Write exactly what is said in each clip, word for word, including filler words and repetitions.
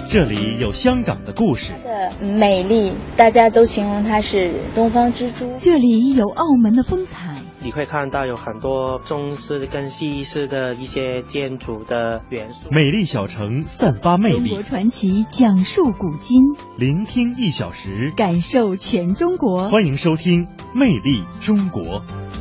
这里有香港的故事， 的美丽，大家都形容它是东方之珠。 这里有澳门的风采， 你会看到有很多中式跟西式的一些建筑的元素。 美丽小城散发魅力， 中国传奇讲述古今， 聆听一小时， 感受全中国。 欢迎收听《魅力中国》。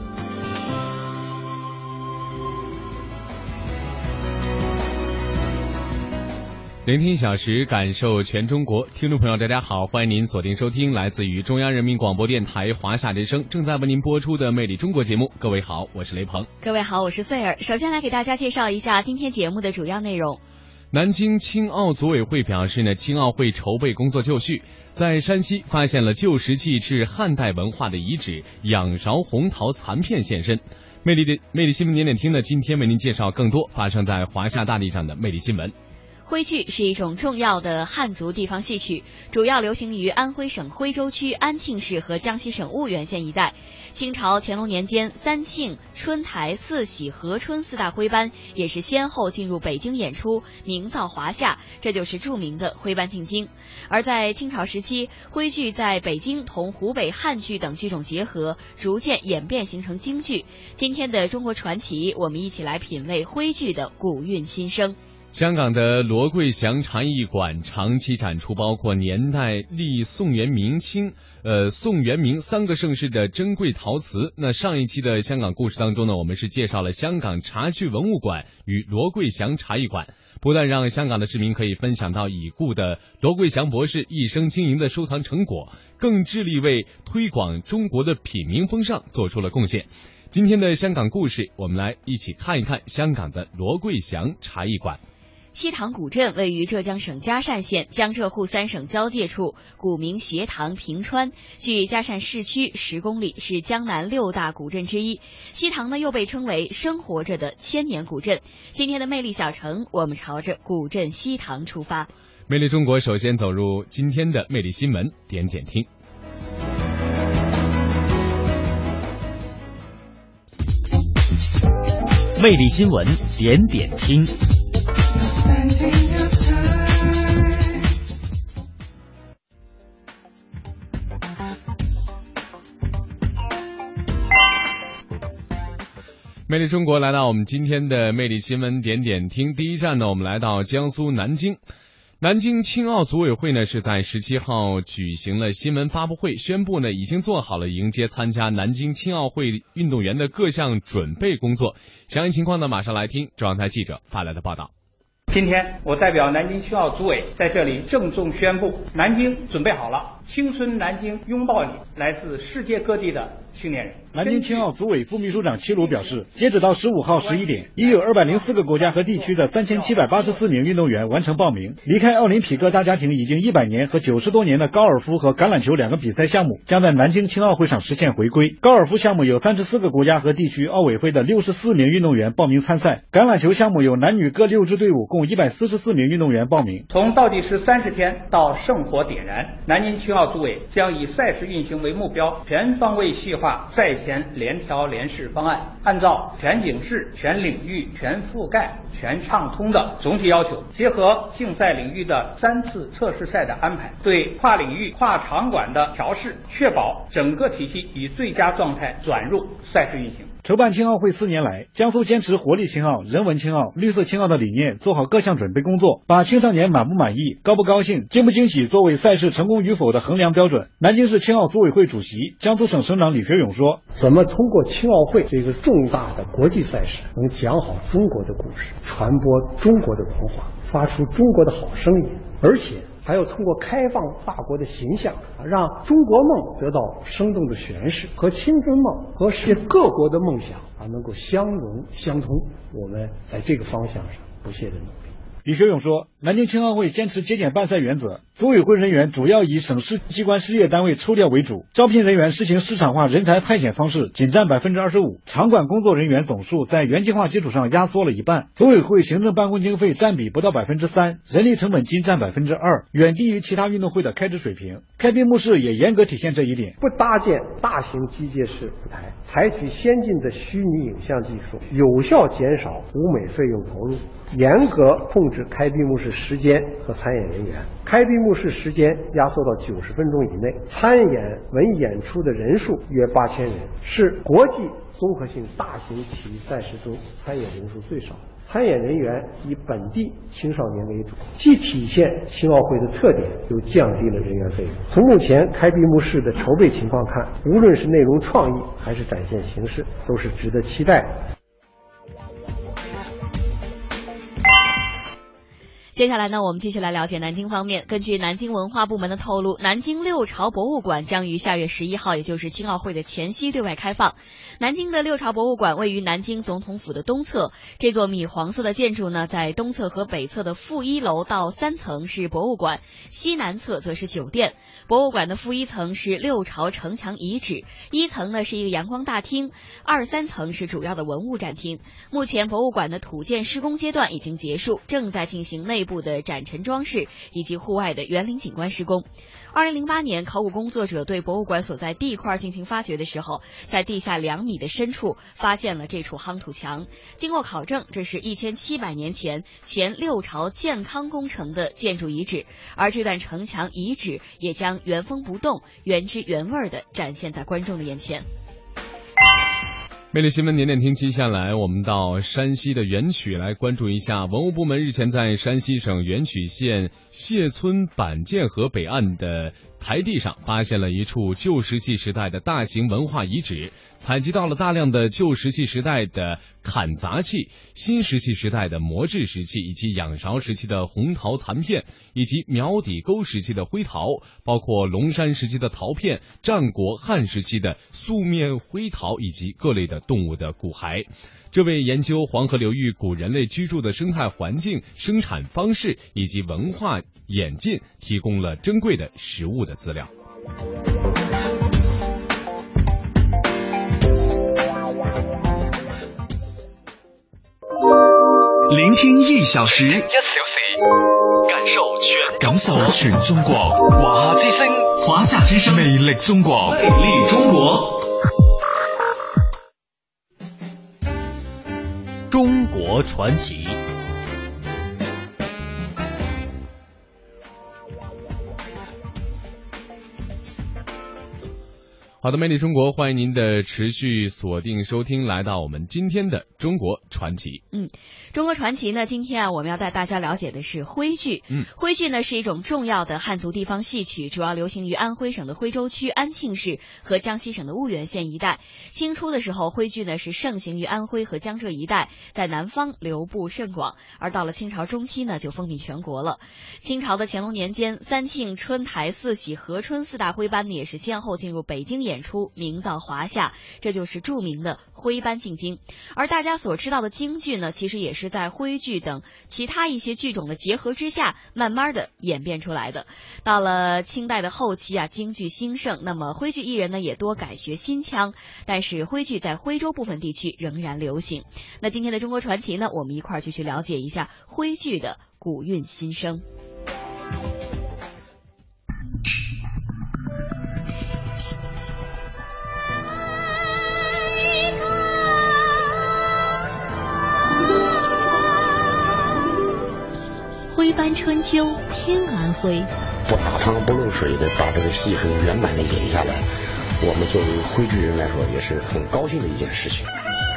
聆听一小时，感受全中国。听众朋友大家好，欢迎您锁定收听来自于中央人民广播电台华夏之声正在为您播出的魅力中国节目。各位好，我是雷鹏。 各位好，我是穗儿。首先来给大家介绍一下今天节目的主要内容。 南京青奥组委会表示呢，青奥会筹备工作就绪，在山西发现了旧石器至汉代文化的遗址仰韶红陶残片现身。魅力的魅力新闻点点听呢，今天为您介绍更多发生在华夏大地上的魅力新闻。 徽剧是一种重要的汉族地方戏曲，主要流行于安徽省徽州区安庆市和江西省婺源县一带。清朝乾隆年间，三庆、春台、四喜、和春四大徽班也是先后进入北京演出，名噪华夏，这就是著名的徽班进京。而在清朝时期，徽剧在北京同湖北汉剧等剧种结合，逐渐演变形成京剧。今天的中国传奇，我们一起来品味徽剧的古韵新生。 香港的罗桂祥茶艺馆长期展出包括年代历宋元明清呃宋元明三个盛世的珍贵陶瓷。那上一期的香港故事当中呢，我们是介绍了香港茶具文物馆与罗桂祥茶艺馆，不但让香港的市民可以分享到已故的罗桂祥博士一生经营的收藏成果，更致力为推广中国的品茗风尚做出了贡献。今天的香港故事，我们来一起看一看香港的罗桂祥茶艺馆。 西塘古镇位于浙江省嘉善县江浙沪三省交界处，古名斜塘平川，距嘉善市区十公里，是江南六大古镇之一。西塘呢又被称为生活着的千年古镇。今天的魅力小城，我们朝着古镇西塘出发。 魅力中国首先走入今天的魅力新闻点点听。 魅力新闻点点听。 魅力中国来到我们今天的魅力新闻点点听，第一站呢，我们来到江苏南京。南京青奥组委会呢是在十七号举行了新闻发布会，宣布呢已经做好了迎接参加南京青奥会运动员的各项准备工作。详细情况呢，马上来听中央台记者发来的报道。 今天我代表南京青奥组委在这里郑重宣布，南京准备好了，青春南京拥抱你，来自世界各地的青年人。 南京青奥组委副秘书长齐鲁表示，截止到十五号十一点，已有二百零四个国家和地区的三千七百八十四名运动员完成报名。离开奥林匹克大家庭已经一百年和九十多年的高尔夫和橄榄球两个比赛项目将在南京青奥会上实现回归。高尔夫项目有三十四个国家和地区奥委会的六十四名运动员报名参赛，橄榄球项目有男女各六支队伍共一百四十四名运动员报名。 从倒计时三十天到圣火点燃，南京青奥组委将以赛事运行为目标，全方位细化赛前联调联试方案，按照全景式、全领域、全覆盖、全畅通的总体要求，结合竞赛领域的三次测试赛的安排，对跨领域、跨场馆的调试，确保整个体系以最佳状态转入赛事运行。 筹办青奥会四年来，江苏坚持活力青奥、人文青奥、绿色青奥的理念，做好各项准备工作，把青少年满不满意、高不高兴、惊不惊喜作为赛事成功与否的衡量标准。南京市青奥组委会主席、江苏省省长李学勇说：“ 怎么通过青奥会这个重大的国际赛事，能讲好中国的故事，传播中国的文化，发出中国的好声音，而且还要通过开放大国的形象，让中国梦得到生动的诠释，和青春梦和世界各国的梦想啊能够相融相通。我们在这个方向上不懈的努力。” 李学勇说，南京青奥会坚持节俭办赛原则，组委会人员主要以省市机关事业单位抽调为主，招聘人员实行市场化人才派遣方式，仅占百分之二十五，场馆工作人员总数在原计划基础上压缩了一半，组委会行政办公经费占比不到百分之三，人力成本仅占百分之二，远低于其他运动会的开支水平。开闭幕式也严格体现这一点， 不搭建大型机械式舞台，采取先进的虚拟影像技术，有效减少舞美费用投入，严格控制制开闭幕式时间和参演人员。开闭幕式时间压缩到九十分钟以内，参演文演出的人数约八千人，是国际综合性大型体育赛事中参演人数最少。参演人员以本地青少年为主，既体现青奥会的特点，又降低了人员费用。从目前开闭幕式的筹备情况看，无论是内容创意还是展现形式，都是值得期待的。 接下来呢，我们继续来了解南京方面。根据南京文化部门的透露，南京六朝博物馆将于下月十一号，也就是青奥会的前夕对外开放。南京的六朝博物馆位于南京总统府的东侧，这座米黄色的建筑呢，在东侧和北侧的负一楼到三层是博物馆，西南侧则是酒店。博物馆的负一层是六朝城墙遗址，一层呢是一个阳光大厅，二三层是主要的文物展厅。目前博物馆的土建施工阶段已经结束，正在进行内部的展陈装饰以及户外的园林景观施工。二零零八年，考古工作者对博物馆所在地块进行发掘的时候，在地下两米的深处发现了这处夯土墙。经过考证，这是一千七百年前前六朝建康工程的建筑遗址，而这段城墙遗址也将原封不动、原汁原味的展现在观众的眼前。 魅力新闻点点听，接下来我们到山西的垣曲来关注一下。文物部门日前在山西省垣曲县谢村板涧河北岸的台地上发现了一处旧石器时代的大型文化遗址，采集到了大量的旧石器时代的砍砸器、新石器时代的磨制石器，以及仰韶时期的红陶残片，以及苗底沟时期的灰陶，包括龙山时期的陶片、战国汉时期的素面灰陶，以及各类的动物的骨骸。这为研究黄河流域古人类居住的生态环境、生产方式以及文化演进提供了珍贵的实物的资料。 聆听一小时，一小时，感受全感受全中國，華夏之聲，華夏之聲，魅力中國，魅力中國。中國傳奇。 好的，魅力中国，欢迎您的持续锁定收听，来到我们今天的中国传奇。 嗯，中国传奇呢，今天啊，我们要带大家了解的是徽剧。 嗯， 徽剧呢是一种重要的汉族地方戏曲，主要流行于安徽省的徽州区安庆市和江西省的婺源县一带。清初的时候，徽剧呢是盛行于安徽和江浙一带，在南方流布甚广，而到了清朝中期呢，就风靡全国了。清朝的乾隆年间，三庆、春台、四喜、和春四大徽班呢，也是先后进入北京演出，名噪华夏，这就是著名的徽班进京。而大家所知道的京剧呢，其实也是在徽剧等其他一些剧种的结合之下，慢慢的演变出来的。到了清代的后期啊，京剧兴盛，那么徽剧艺人呢也多改学新腔，但是徽剧在徽州部分地区仍然流行。那今天的中国传奇呢，我们一块儿就去了解一下徽剧的古韵新生。 徽班春秋天安徽， 不撒汤不漏水的把这个戏很圆满的演下来，我们作为徽剧人来说也是很高兴的一件事情。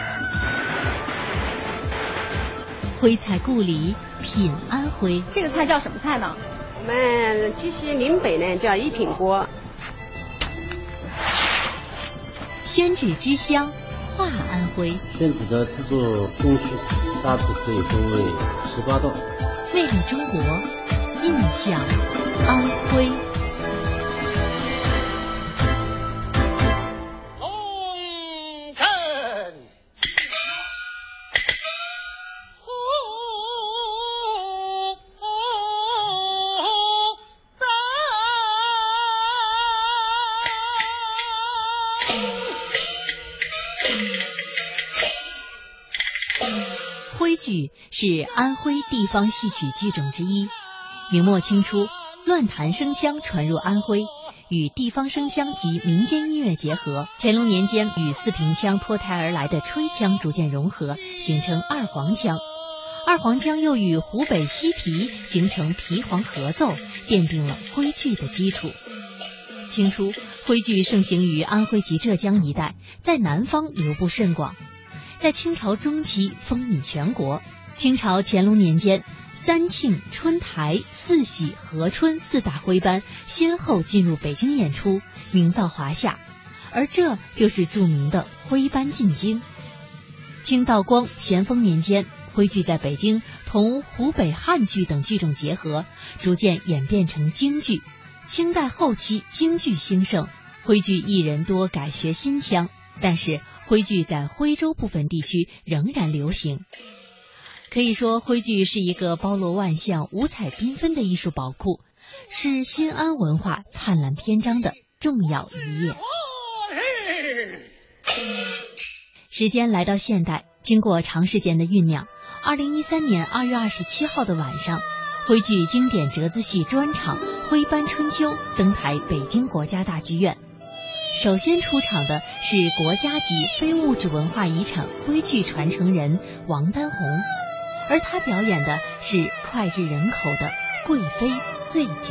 徽菜故里品安徽， 这个菜叫什么菜呢？ 我们鸡西岭北呢叫一品锅。 宣制之乡化安徽， 宣子的制作工序大致可以分为十八道。 魅力中国，印象安徽。徽剧是安徽地方戏曲剧种之一。明末清初，乱弹声腔传入安徽，与地方声腔及民间音乐结合。乾隆年间，与四平腔脱胎而来的吹腔逐渐融合，形成二黄腔。 二黄江又与湖北西皮形成皮黄合奏，奠定了徽剧的基础。清初，徽剧盛行于安徽及浙江一带，在南方流布甚广。在清朝中期风靡全国。清朝乾隆年间，三庆、春台、四喜、和春四大徽班先后进入北京演出，名噪华夏，而这就是著名的徽班进京。清道光、咸丰年间，徽剧在北京同湖北汉剧等剧种结合，逐渐演变成京剧。清代后期京剧兴盛，徽剧艺人多改学新腔，但是徽剧在徽州部分地区仍然流行。可以说，徽剧是一个包罗万象、五彩缤纷的艺术宝库，是新安文化灿烂篇章的重要一页。时间来到现代，经过长时间的酝酿，二零一三年二月二十七号的晚上，徽剧经典折子戏专场《徽班春秋》登台北京国家大剧院。首先出场的是国家级非物质文化遗产徽剧传承人王丹红，而他表演的是脍炙人口的《贵妃醉酒》。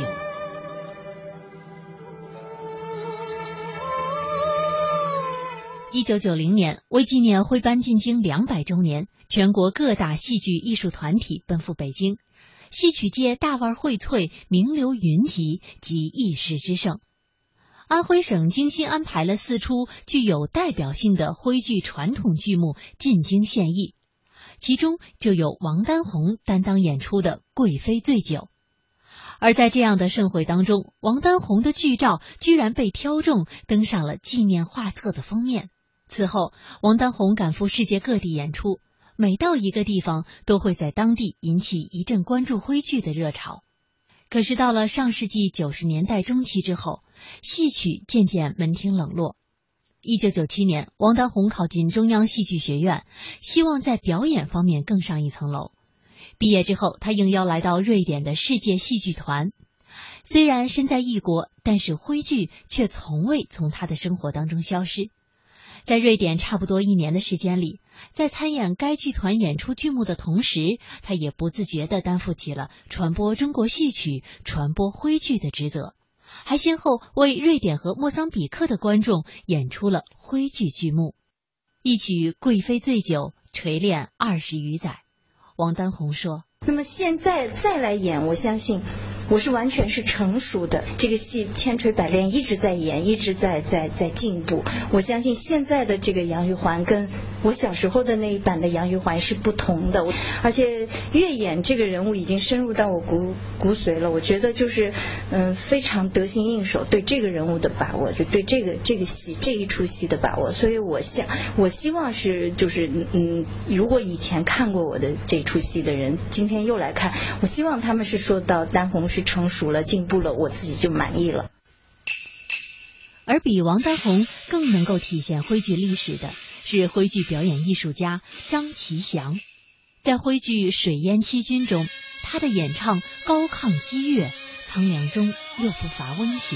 一九九零年，为纪念徽班进京两百周年，全国各大戏剧艺术团体奔赴北京，戏曲界大腕荟萃，名流云集，集一时之盛。安徽省精心安排了四出具有代表性的徽剧传统剧目进京献艺，其中就有王丹红担当演出的《贵妃醉酒》。而在这样的盛会当中，王丹红的剧照居然被挑中，登上了纪念画册的封面。此后，王丹红赶赴世界各地演出，每到一个地方都会在当地引起一阵关注徽剧的热潮。可是到了上世纪九十年代中期之后，戏曲渐渐门庭冷落。一九九七年，王丹红考进中央戏剧学院，希望在表演方面更上一层楼。毕业之后，他应邀来到瑞典的世界戏剧团。虽然身在异国，但是徽剧却从未从他的生活当中消失。在瑞典差不多一年的时间里，在参演该剧团演出剧目的同时，他也不自觉地担负起了传播中国戏曲、传播徽剧的职责，还先后为瑞典和莫桑比克的观众演出了徽剧剧目。一曲《贵妃醉酒》锤炼二十余载。王丹红说， 那么现在再来演，我相信我是完全是成熟的，这个戏千锤百炼，一直在演，一直在在在进步。我相信现在的这个杨玉环跟我小时候的那一版的杨玉环是不同的，而且越演这个人物已经深入到我骨骨髓了。我觉得就是嗯非常得心应手，对这个人物的把握，就对这个这个戏这一出戏的把握。所以我想我希望是就是嗯，如果以前看过我的这出戏的人，今天又来看，我希望他们是说到丹红是成熟了、进步了，我自己就满意了。 而比王丹红更能够体现徽剧历史的是徽剧表演艺术家张其祥。在徽剧《水淹七军》中，他的演唱高亢激越，苍凉中又不乏温情。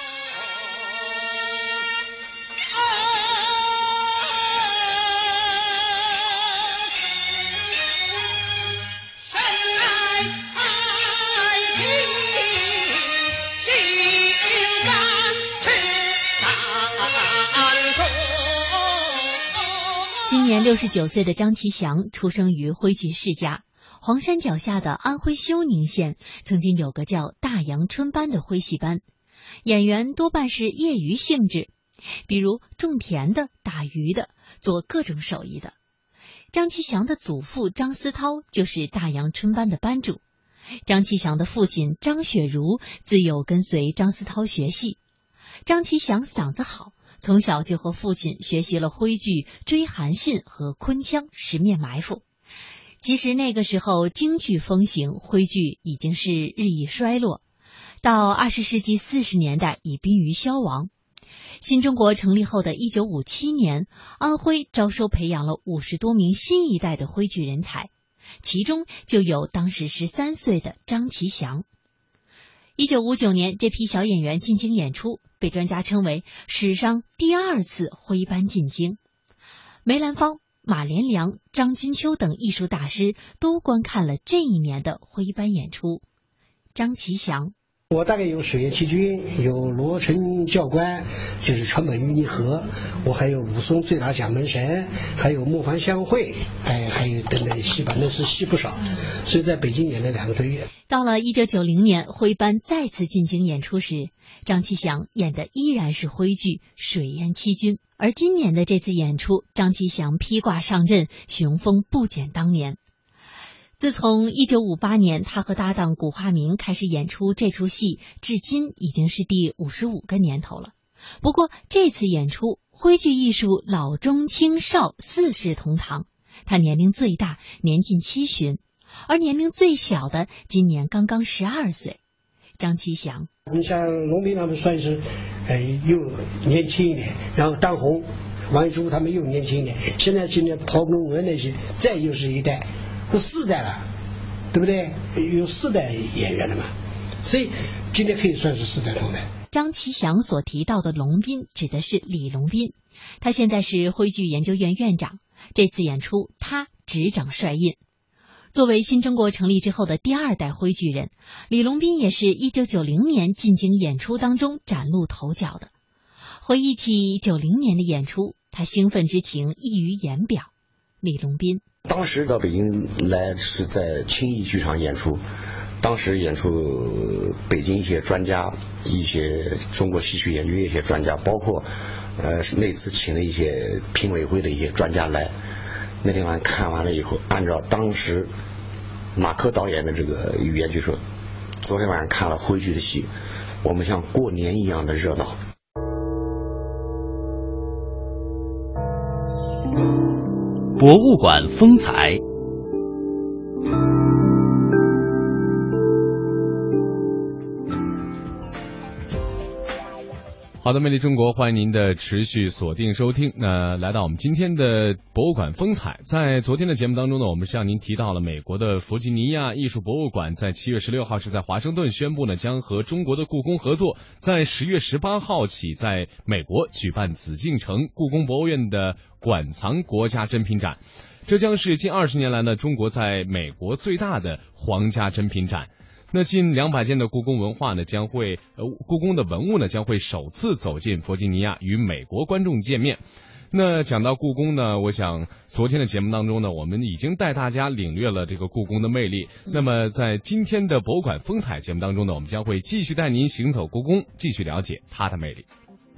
今年六十九岁的张其祥出生于徽剧世家，黄山脚下的安徽休宁县曾经有个叫大阳春班的徽戏班，演员多半是业余性质，比如种田的、打鱼的、做各种手艺的。张其祥的祖父张思涛就是大阳春班的班主，张其祥的父亲张雪茹自幼跟随张思涛学戏。张其祥嗓子好，从小就和父亲学习了徽剧《追韩信》和昆腔《十面埋伏》。其实那个时候京剧风行，徽剧已经是日益衰落，到二十世纪四十年代已濒于消亡。新中国成立后的一九五七年，安徽招收培养了五十多名新一代的徽剧人才，其中就有当时十三岁的张其祥。一九五九年，这批小演员进京演出，被专家称为史上第二次徽班进京。梅兰芳、 马连良、张君秋等艺术大师都观看了这一年的徽班演出。张其祥， 我大概有水月七军，有罗成教官，就是川本玉泥河，我还有武松醉打蒋门神，还有木环相会，还还有等等戏，反正是戏不少，所以在北京演了两个多月。 到了一九九零年，徽班再次进京演出时，张其祥演的依然是徽剧《水淹七军》，而今年的这次演出，张其祥披挂上阵，雄风不减当年。自从一九五八年他和搭档古华明开始演出这出戏，至今已经是第五十五个年头了。不过这次演出，徽剧艺术老中青少四世同堂，他年龄最大，年近七旬，而年龄最小的今年刚刚十二岁。张其祥， 你像龙斌他们算是，呃，又年轻一点，然后当红、王一珠他们又年轻一点，现在今年陶公文那些再又是一代。都四代了，对不对？有四代演员了嘛，所以今天可以算是四代同代。 张其祥所提到的龙斌指的是李龙斌，他现在是徽剧研究院院长。这次演出他执掌帅印。作为新中国成立之后的第二代徽剧人，李龙斌也是一九九零年进京演出当中崭露头角的。回忆起九零年的演出，他兴奋之情溢于言表。李龙斌， 当时到北京来是在青艺剧场演出，当时演出北京一些专家，一些中国戏曲研究一些专家，包括呃那次请了一些评委会的一些专家来。那天晚上看完了以后，按照当时马克导演的这个语言，就说昨天晚上看了徽剧的戏，我们像过年一样的热闹。 博物馆风采。 好的，魅力中国，欢迎您的持续锁定收听。那来到我们今天的博物馆风采，在昨天的节目当中呢，我们向您提到了美国的弗吉尼亚艺术博物馆在七月十六号是在华盛顿宣布呢，将和中国的故宫合作，在十月十八号起在美国举办紫禁城故宫博物院的馆藏国家珍品展。这将是近二十年来呢，中国在美国最大的皇家珍品展。那近两百件的故宫文化呢，将会呃故宫的文物呢，将会首次走进弗吉尼亚，与美国观众见面。那讲到故宫呢，我想昨天的节目当中呢，我们已经带大家领略了这个故宫的魅力。那么在今天的博物馆风采节目当中呢，我们将会继续带您行走故宫，继续了解它的魅力。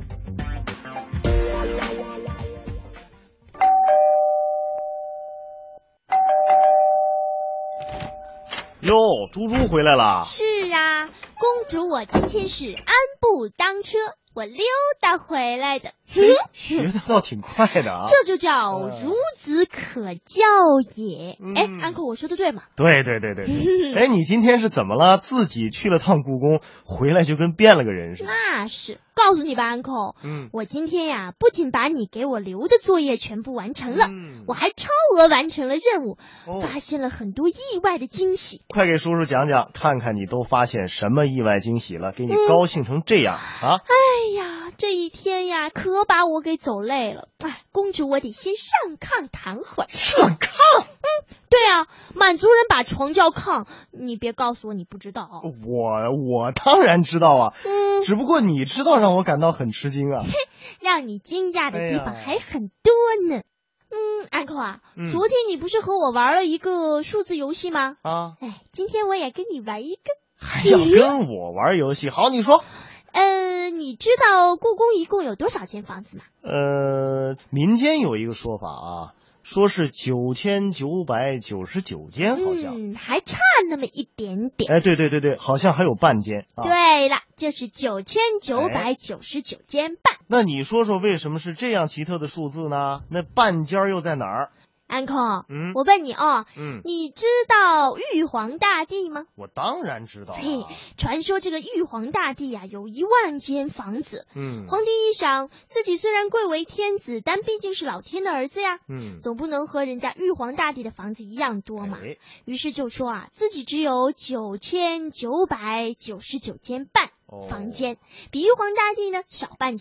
哟，猪猪回来了。 是啊，公主，我今天是安步当车，我溜达回来的。 学的倒挺快的啊， 这就叫孺子可教也。哎、嗯，安可，我说的对吗？ 对对对对对。哎，你今天是怎么了？自己去了趟故宫，回来就跟变了个人似的。 那是，告诉你吧，安可，嗯，我今天呀，不仅把你给我留的作业全部完成了，嗯、我还超额完成了任务，哦、发现了很多意外的惊喜。 快给叔叔讲讲，看看你都发现什么意外惊喜了，给你高兴成这样、嗯、啊！ 哎呀，这一天呀，可把我给走累了。哎，公主，我得先上炕躺会儿。 上炕？ 嗯，对啊，满族人把床叫炕，你别告诉我你不知道啊。 我我当然知道啊，嗯，只不过你知道让我感到很吃惊啊。 嘿，让你惊讶的地方还很多呢。哎、嗯，安可啊、嗯，昨天你不是和我玩了一个数字游戏吗？啊，哎，今天我也跟你玩一个。 还要跟我玩游戏？好，你说。 呃，你知道故宫一共有多少间房子吗？ 呃，民间有一个说法啊，说是九千九百九十九间，好像， 嗯，还差那么一点点。 哎，对对对对，好像还有半间。 啊、对了，就是九千九百九十九间半、哎。 那你说说，为什么是这样奇特的数字呢？那半间又在哪儿？ 安可，嗯，我问你哦，嗯，你知道玉皇大帝吗？ 我当然知道、啊。 嘿，传说这个玉皇大帝呀、啊，有一万间房子。嗯，皇帝一想，自己虽然贵为天子，但毕竟是老天的儿子呀，嗯，总不能和人家玉皇大帝的房子一样多嘛。哎、于是就说啊，自己只有九千九百九十九间半房间，哦、比玉皇大帝呢少半间。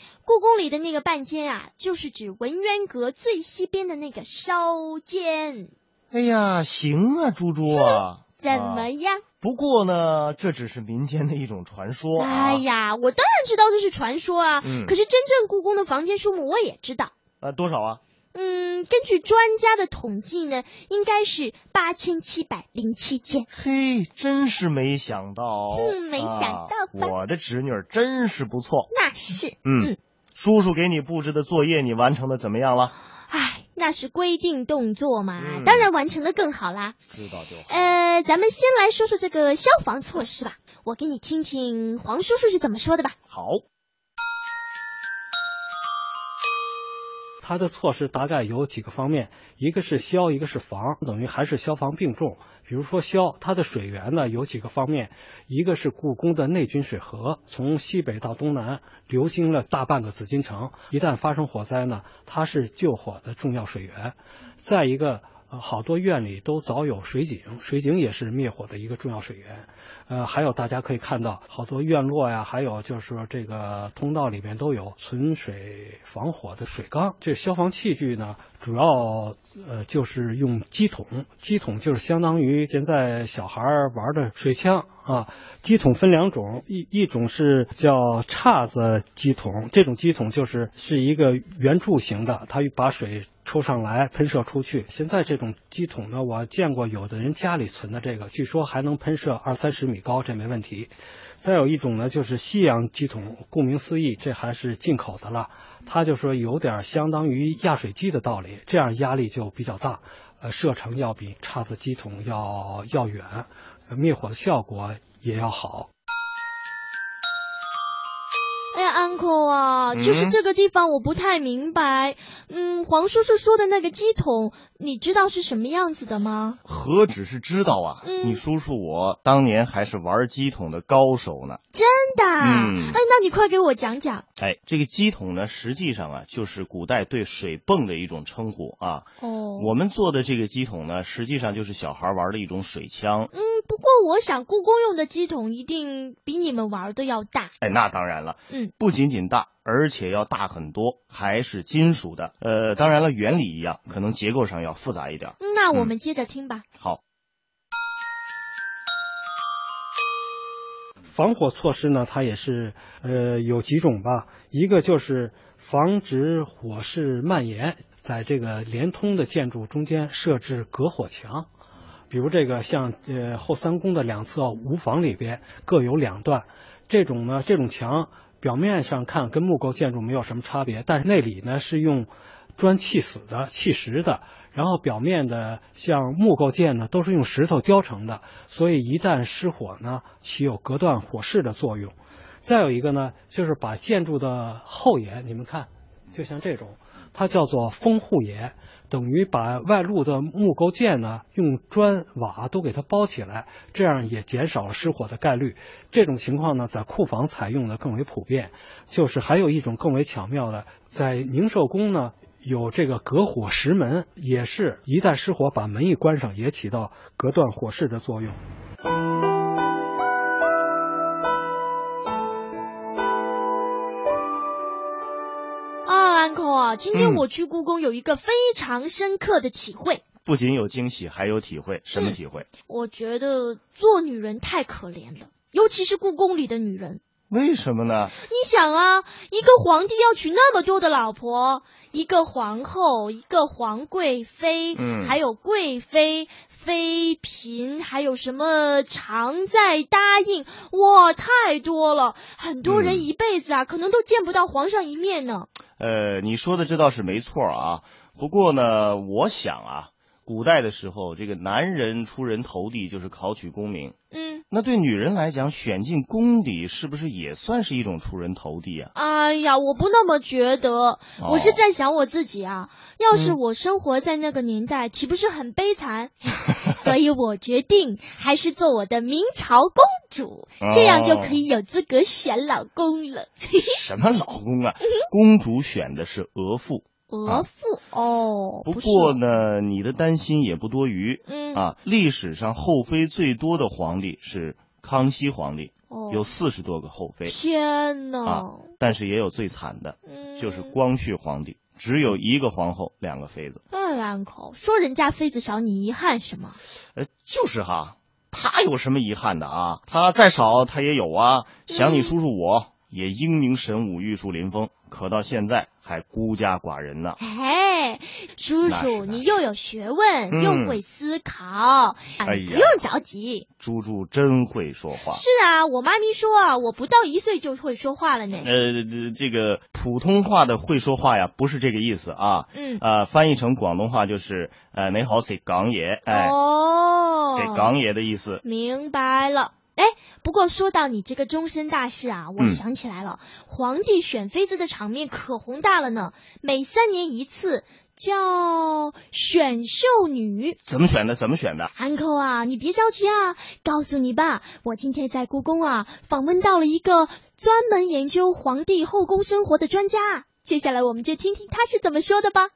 故宫里的那个半间啊，就是指文渊阁最西边的那个烧间。 哎呀，行啊，猪猪啊， 怎么样？ 啊不过呢，这只是民间的一种传说、啊。 哎呀，我当然知道这是传说啊。 嗯。 可是真正故宫的房间数目我也知道。 呃，多少啊？ 嗯，根据专家的统计呢，应该是八千七百零七间。 嘿，真是没想到。 嗯，没想到吧？ 啊、我的侄女真是不错。 那是。 嗯。嗯，叔叔给你布置的作业，你完成的怎么样了？ 唉，那是规定动作嘛，嗯、当然完成的更好啦。 知道就好。 呃，咱们先来说说这个消防措施吧，我给你听听黄叔叔是怎么说的吧。 好。 它的措施大概有几个方面，一个是消，一个是防，等于还是消防并重。比如说消，它的水源呢有几个方面，一个是故宫的内军水河，从西北到东南流经了大半个紫禁城，一旦发生火灾呢，它是救火的重要水源。再一个，呃，好多院里都早有水井，水井也是灭火的一个重要水源。呃，还有大家可以看到，好多院落呀，还有就是说这个通道里面都有存水防火的水缸。这消防器具呢，主要呃就是用机筒，机筒就是相当于现在小孩玩的水枪啊。机筒分两种，一一种是叫叉子机筒，这种机筒就是是一个圆柱形的，它把水抽上来喷射出去。现在这种机筒呢，我见过有的人家里存的这个，据说还能喷射二三十米高，这没问题。再有一种呢，就是西洋机筒，顾名思义，这还是进口的了，它就说有点相当于压水机的道理，这样压力就比较大，呃，射程要比叉子机筒要要远，灭火的效果也要好。 哎呀 ，uncle 啊，就是这个地方我不太明白。嗯，黄叔叔说的那个机筒，你知道是什么样子的吗？ 何止是知道啊！ 嗯、 你叔叔我当年还是玩机筒的高手呢。 真的？ 嗯。 哎，那你快给我讲讲。 哎，这个机筒呢，实际上啊，就是古代对水泵的一种称呼啊。 哦。 我们做的这个机筒呢，实际上就是小孩玩的一种水枪。 嗯，不过我想故宫用的机筒一定比你们玩的要大。 哎，那当然了。 嗯。 不仅仅大，而且要大很多，还是金属的。呃，当然了，原理一样，可能结构上要复杂一点。 那我们接着听吧。 嗯、好。 防火措施呢，它也是呃有几种吧。一个就是防止火势蔓延，在这个连通的建筑中间设置隔火墙。比如这个像呃后三宫的两侧五房里边各有两段，这种呢这种墙表面上看跟木构建筑没有什么差别，但是内里呢是用砖砌死的、砌实的，然后表面的像木构件呢都是用石头雕成的，所以一旦失火呢，起有隔断火势的作用。再有一个呢，就是把建筑的后檐，你们看，就像这种，它叫做封护檐，等于把外露的木构件呢，用砖瓦都给它包起来，这样也减少了失火的概率。这种情况呢，在库房采用的更为普遍。就是还有一种更为巧妙的，在宁寿宫呢，有这个隔火石门，也是一旦失火，把门一关上，也起到隔断火势的作用。 uncle 啊，今天我去故宫有一个非常深刻的体会。 嗯、不仅有惊喜，还有体会。什么体会？ 嗯、我觉得做女人太可怜了，尤其是故宫里的女人。 为什么呢？ 你想啊，一个皇帝要娶那么多的老婆，一个皇后，一个皇贵妃， 嗯， 还有贵妃、妃嫔，还有什么常在答应，哇，太多了，很多人一辈子啊，嗯、可能都见不到皇上一面呢。 呃，你说的这倒是没错啊，不过呢，我想啊，古代的时候，这个男人出人头地就是考取功名。 嗯， 那对女人来讲，选进宫里是不是也算是一种出人头地啊？ 哎呀，我不那么觉得， 哦、 我是在想我自己啊，要是我生活在那个年代，岂不是很悲惨？所以我决定还是做我的明朝公主，这样就可以有资格选老公了。 什么老公啊？公主选的是额驸。 额驸、啊、哦， 不过呢，你的担心也不多余。 嗯啊，历史上后妃最多的皇帝是康熙皇帝。 哦、有四十多个后妃。 天哪！ 啊，但是也有最惨的，嗯、就是光绪皇帝，只有一个皇后，两个妃子。 哎，安口说人家妃子少，你遗憾什么？ 呃，就是哈，他有什么遗憾的啊？他再少他也有啊。想你叔叔我。嗯也英明神武，玉树临风，可到现在还孤家寡人呢。 哎，叔叔，你又有学问，嗯、又会思考，哎呀，不用着急。 猪猪真会说话。 是啊，我妈咪说啊，我不到一岁就会说话了呢。 呃，这个普通话的会说话呀，不是这个意思啊。嗯。呃，翻译成广东话就是呃，你好識講嘢，哎， 哦， 識講嘢的意思。 明白了。哎，不过说到你这个终身大事啊，我想起来了，嗯、皇帝选妃子的场面可宏大了呢，每三年一次，叫选秀女。 怎么选的？怎么选的 ？Uncle 啊，你别着急啊，告诉你吧，我今天在故宫啊访问到了一个专门研究皇帝后宫生活的专家，接下来我们就听听他是怎么说的吧。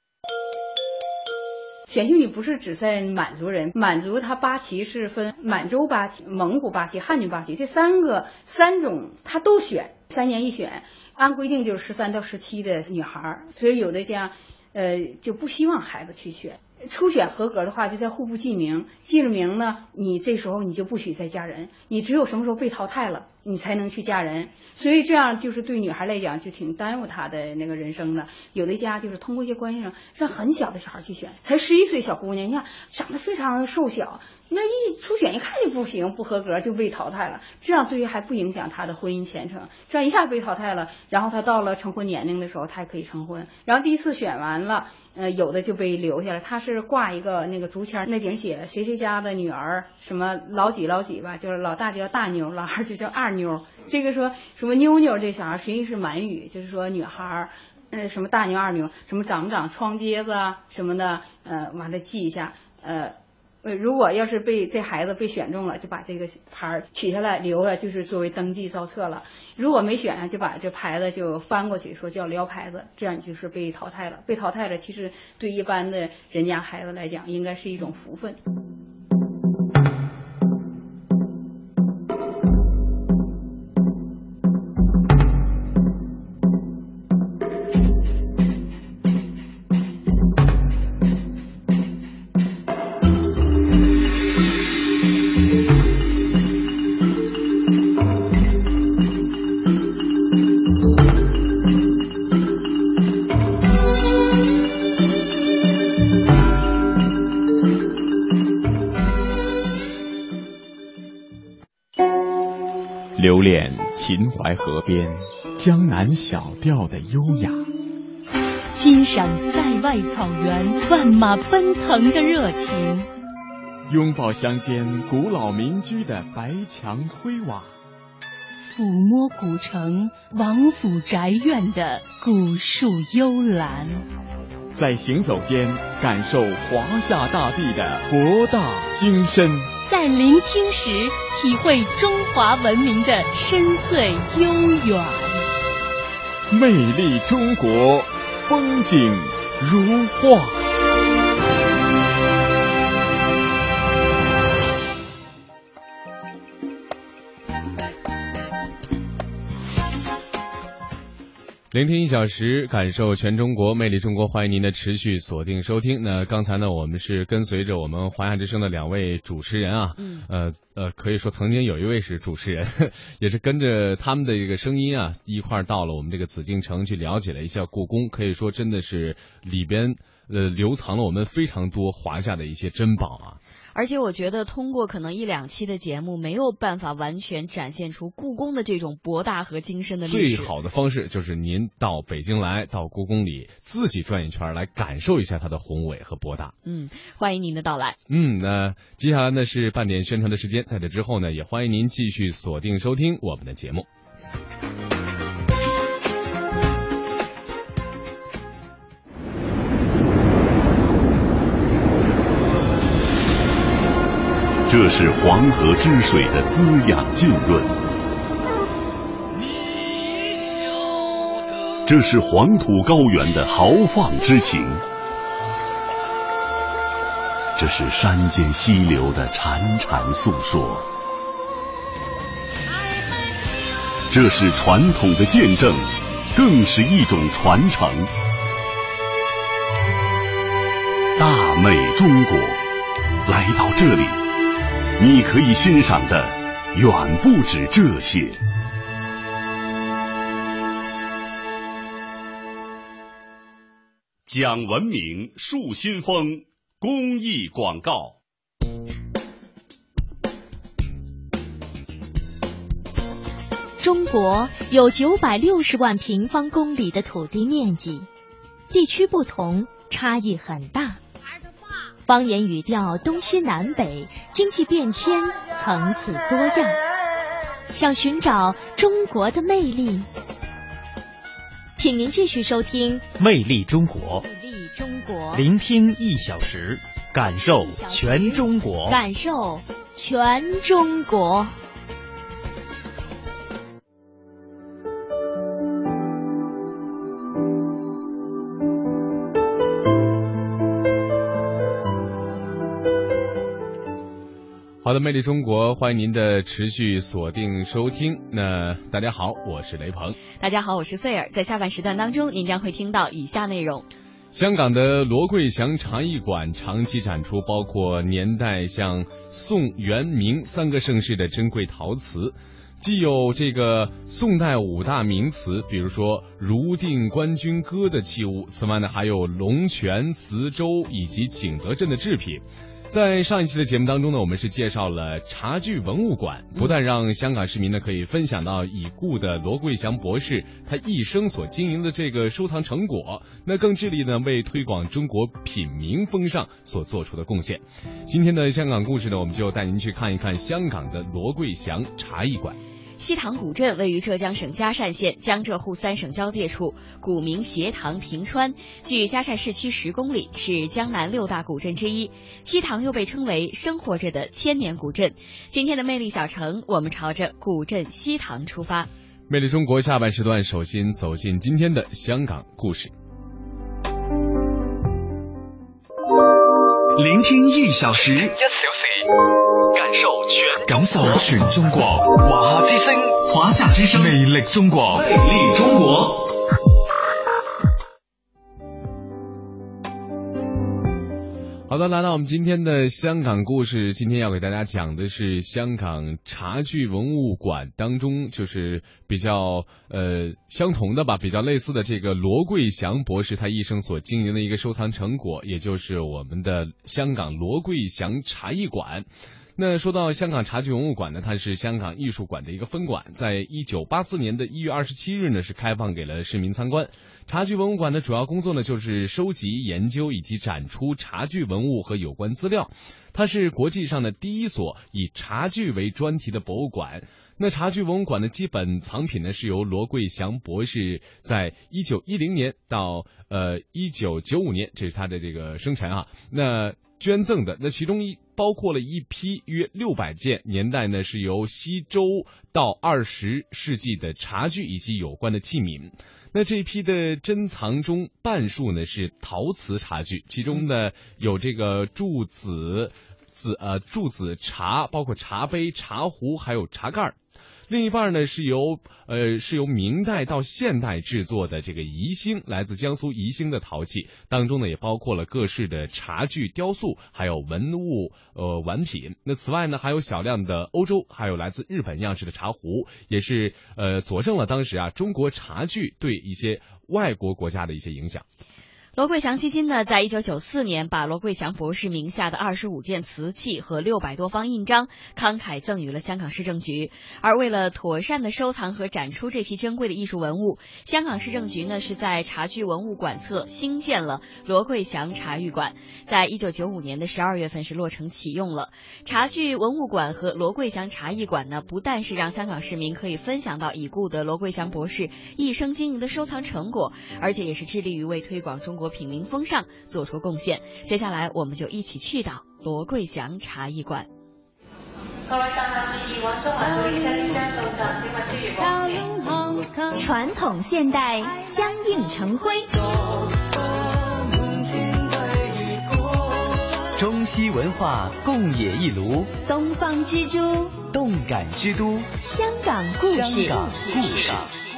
选秀女不是只在满族人，满族它八旗是分满洲八旗、蒙古八旗、汉军八旗，这三个三种它都选，三年一选，按规定就是十三到十七的女孩，所以有的家呃就不希望孩子去选。初选合格的话，就在户部记名，记了名呢，你这时候你就不许再嫁人，你只有什么时候被淘汰了，你才能去嫁人。所以这样就是对女孩来讲就挺耽误她的那个人生的。有的家就是通过一些关系上，让很小的小孩去选，才十一岁小姑娘，你看长得非常瘦小，那一初选一看就不行，不合格就被淘汰了。这样对于还不影响她的婚姻前程，这样一下被淘汰了，然后她到了成婚年龄的时候，她还可以成婚。然后第一次选完了。呃，有的就被留下了，他是挂一个那个竹签，那顶写谁谁家的女儿，什么老几老几吧，就是老大就叫大妞，老二就叫二妞。这个说什么妞妞这小孩实际是满语，就是说女孩，呃，什么大妞二妞，什么长不长疮疖子啊什么的，呃，完了记一下，呃。呃，如果要是被这孩子被选中了，就把这个牌取下来留着，就是作为登记造册了。如果没选上，就把这牌子就翻过去，说叫撩牌子，这样就是被淘汰了。被淘汰了，其实对一般的人家孩子来讲，应该是一种福分。 留恋秦淮河边江南小调的优雅， 欣赏塞外草原万马奔腾的热情， 拥抱乡间古老民居的白墙灰瓦， 抚摸古城王府宅院的古树幽兰， 在行走间感受华夏大地的博大精深， 在聆听时体会中华文明的深邃悠远。 魅力中国，风景如画。 聆听一小时，感受全中国，魅力中国，欢迎您的持续锁定收听。那刚才呢，我们是跟随着我们华夏之声的两位主持人啊，嗯、呃呃，可以说曾经有一位是主持人，也是跟着他们的一个声音啊，一块到了我们这个紫禁城去了解了一下故宫，可以说真的是里边呃留藏了我们非常多华夏的一些珍宝啊。 而且我觉得通过可能一两期的节目没有办法完全展现出故宫的这种博大和精深的历史。 最好的方式就是您到北京来，到故宫里自己转一圈，来感受一下它的宏伟和博大。 嗯，欢迎您的到来。 嗯，那接下来呢是半点宣传的时间，在这之后呢，也欢迎您继续锁定收听我们的节目。 这是黄河之水的滋养浸润，这是黄土高原的豪放之情，这是山间溪流的潺潺诉说。 这是传统的见证，更是一种传承。大美中国，来到这里，你可以欣赏的远不止这些。讲文明树新风公益广告。 中国有九百六十万平方公里的土地面积，地区不同，差异很大。方言语调东西南北，经济变迁层次多样。想寻找中国的魅力，请您继续收听《 魅力中国》， 魅力中国， 聆听一小时，感受全中国， 感受全中国。 好的，魅力中国，欢迎您的持续锁定收听。那大家好，我是雷鹏。 大家好，我是穗儿。在下半时段当中，您将会听到以下内容。 香港的罗桂祥茶艺馆长期展出包括年代像宋、元、明三个盛世的珍贵陶瓷，既有这个宋代五大名瓷，比如说如定官军歌的器物，此外呢还有龙泉、磁州以及景德镇的制品。在上一期的节目当中呢，我们是介绍了茶具文物馆，不但让香港市民呢可以分享到已故的罗桂祥博士他一生所经营的这个收藏成果，那更致力呢为推广中国品茗风尚所做出的贡献。今天的香港故事呢，我们就带您去看一看香港的罗桂祥茶艺馆。 西塘古镇位于浙江省嘉善县江浙沪三省交界处，古名斜塘平川，距嘉善市区十公里，是江南六大古镇之一。西塘又被称为生活着的千年古镇。今天的魅力小城，我们朝着古镇西塘出发。 魅力中国下半时段，首先走进今天的香港故事。 聆听一小时，一小时，感受全感受全中國，華夏之聲，華夏之聲，魅力中國，魅力中國。 好的，来到我们今天的香港故事，今天要给大家讲的是香港茶具文物馆当中就是比较呃相同的吧，比较类似的这个罗桂祥博士他一生所经营的一个收藏成果，也就是我们的香港罗桂祥茶艺馆。那说到香港茶具文物馆呢，它是香港艺术馆的一个分馆，在一九八四年的一月二十七日呢是开放给了市民参观。茶具文物馆的主要工作呢就是收集、研究以及展出茶具文物和有关资料。它是国际上的第一所以茶具为专题的博物馆。那茶具文物馆的基本藏品呢是由罗桂祥博士在一九一零年到呃一九九五年，这是他的这个生辰啊。那捐赠的，那其中一包括了一批约六百件，年代呢是由西周到二十世纪的茶具以及有关的器皿。那这一批的珍藏中，半数呢是陶瓷茶具，其中呢有这个柱子、子呃柱子茶，包括茶杯、茶壶，还有茶盖。另一半呢是由呃是由明代到现代制作的这个宜兴，来自江苏宜兴的陶器，当中呢也包括了各式的茶具、雕塑，还有文物呃玩品。那此外呢还有小量的欧洲还有来自日本样式的茶壶，也是呃佐证了当时啊中国茶具对一些外国国家的一些影响。 罗桂祥基金呢，在一九九四年把罗桂祥博士名下的二十五件瓷器和六百多方印章慷慨赠予了香港市政局。而为了妥善的收藏和展出这批珍贵的艺术文物，香港市政局呢是在茶具文物馆侧新建了罗桂祥茶艺馆，在一九九五年的十二月份是落成启用了。茶具文物馆和罗桂祥茶艺馆呢，不但是让香港市民可以分享到已故的罗桂祥博士一生经营的收藏成果，而且也是致力于为推广中国品茗风尚做出贡献。接下来我们就一起去到罗桂祥茶艺館。 传统现代相映成辉， 中西文化共冶一炉， 东方之珠， 动感之都， 香港故事。 香港故事。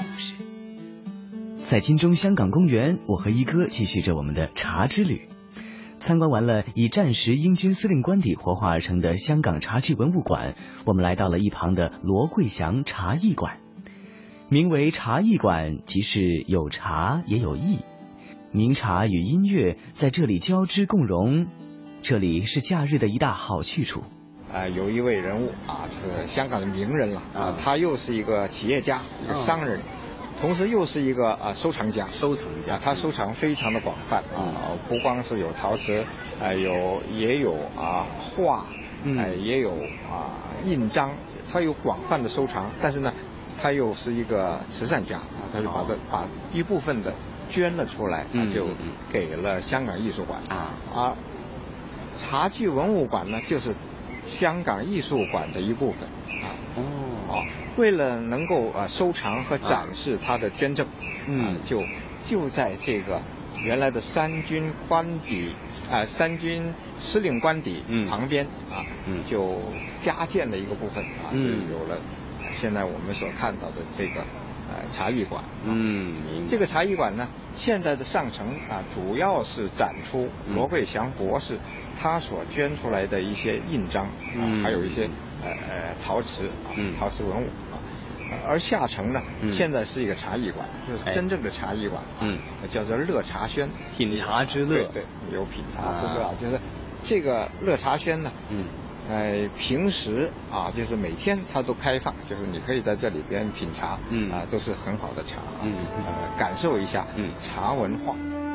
在金钟香港公园，我和一哥继续着我们的茶之旅。参观完了以战时英军司令官邸活化而成的香港茶具文物馆，我们来到了一旁的罗桂祥茶艺馆。名为茶艺馆，即是有茶也有艺，名茶与音乐在这里交织共融，这里是假日的一大好去处。 啊、呃，有一位人物啊，是香港的名人了啊，他又是一个企业家，一个商人。嗯，同时又是一个啊、呃、收藏家， 收藏家， 啊，他收藏非常的广泛啊，嗯、不光是有陶瓷，呃，有也有啊画，嗯、呃，也有啊印章，他有广泛的收藏。但是呢，他又是一个慈善家啊，他就把它、哦、把一部分的捐了出来，嗯、就给了香港艺术馆啊。而茶具文物馆呢，就是香港艺术馆的一部分啊。哦。哦，为了能够啊收藏和展示他的捐赠，嗯、啊，就就在这个原来的三军官邸啊三军司令官邸旁边、嗯、啊，嗯，就加建了一个部分啊，嗯、就有了现在我们所看到的这个呃茶艺馆。嗯，这个茶艺馆呢，现在的上层啊，主要是展出罗桂祥博士他所捐出来的一些印章啊，嗯、还有一些。呃呃，陶瓷啊，陶瓷文物啊，而下层呢，嗯、现在是一个茶艺馆，就是真正的茶艺馆，嗯，叫做乐茶轩， 品茶之乐， 对对，有品茶之乐，啊、就是这个乐茶轩呢，嗯，呃，平时啊，就是每天它都开放，就是你可以在这里边品茶，嗯啊，都是很好的茶，嗯呃，感受一下，嗯，茶文化。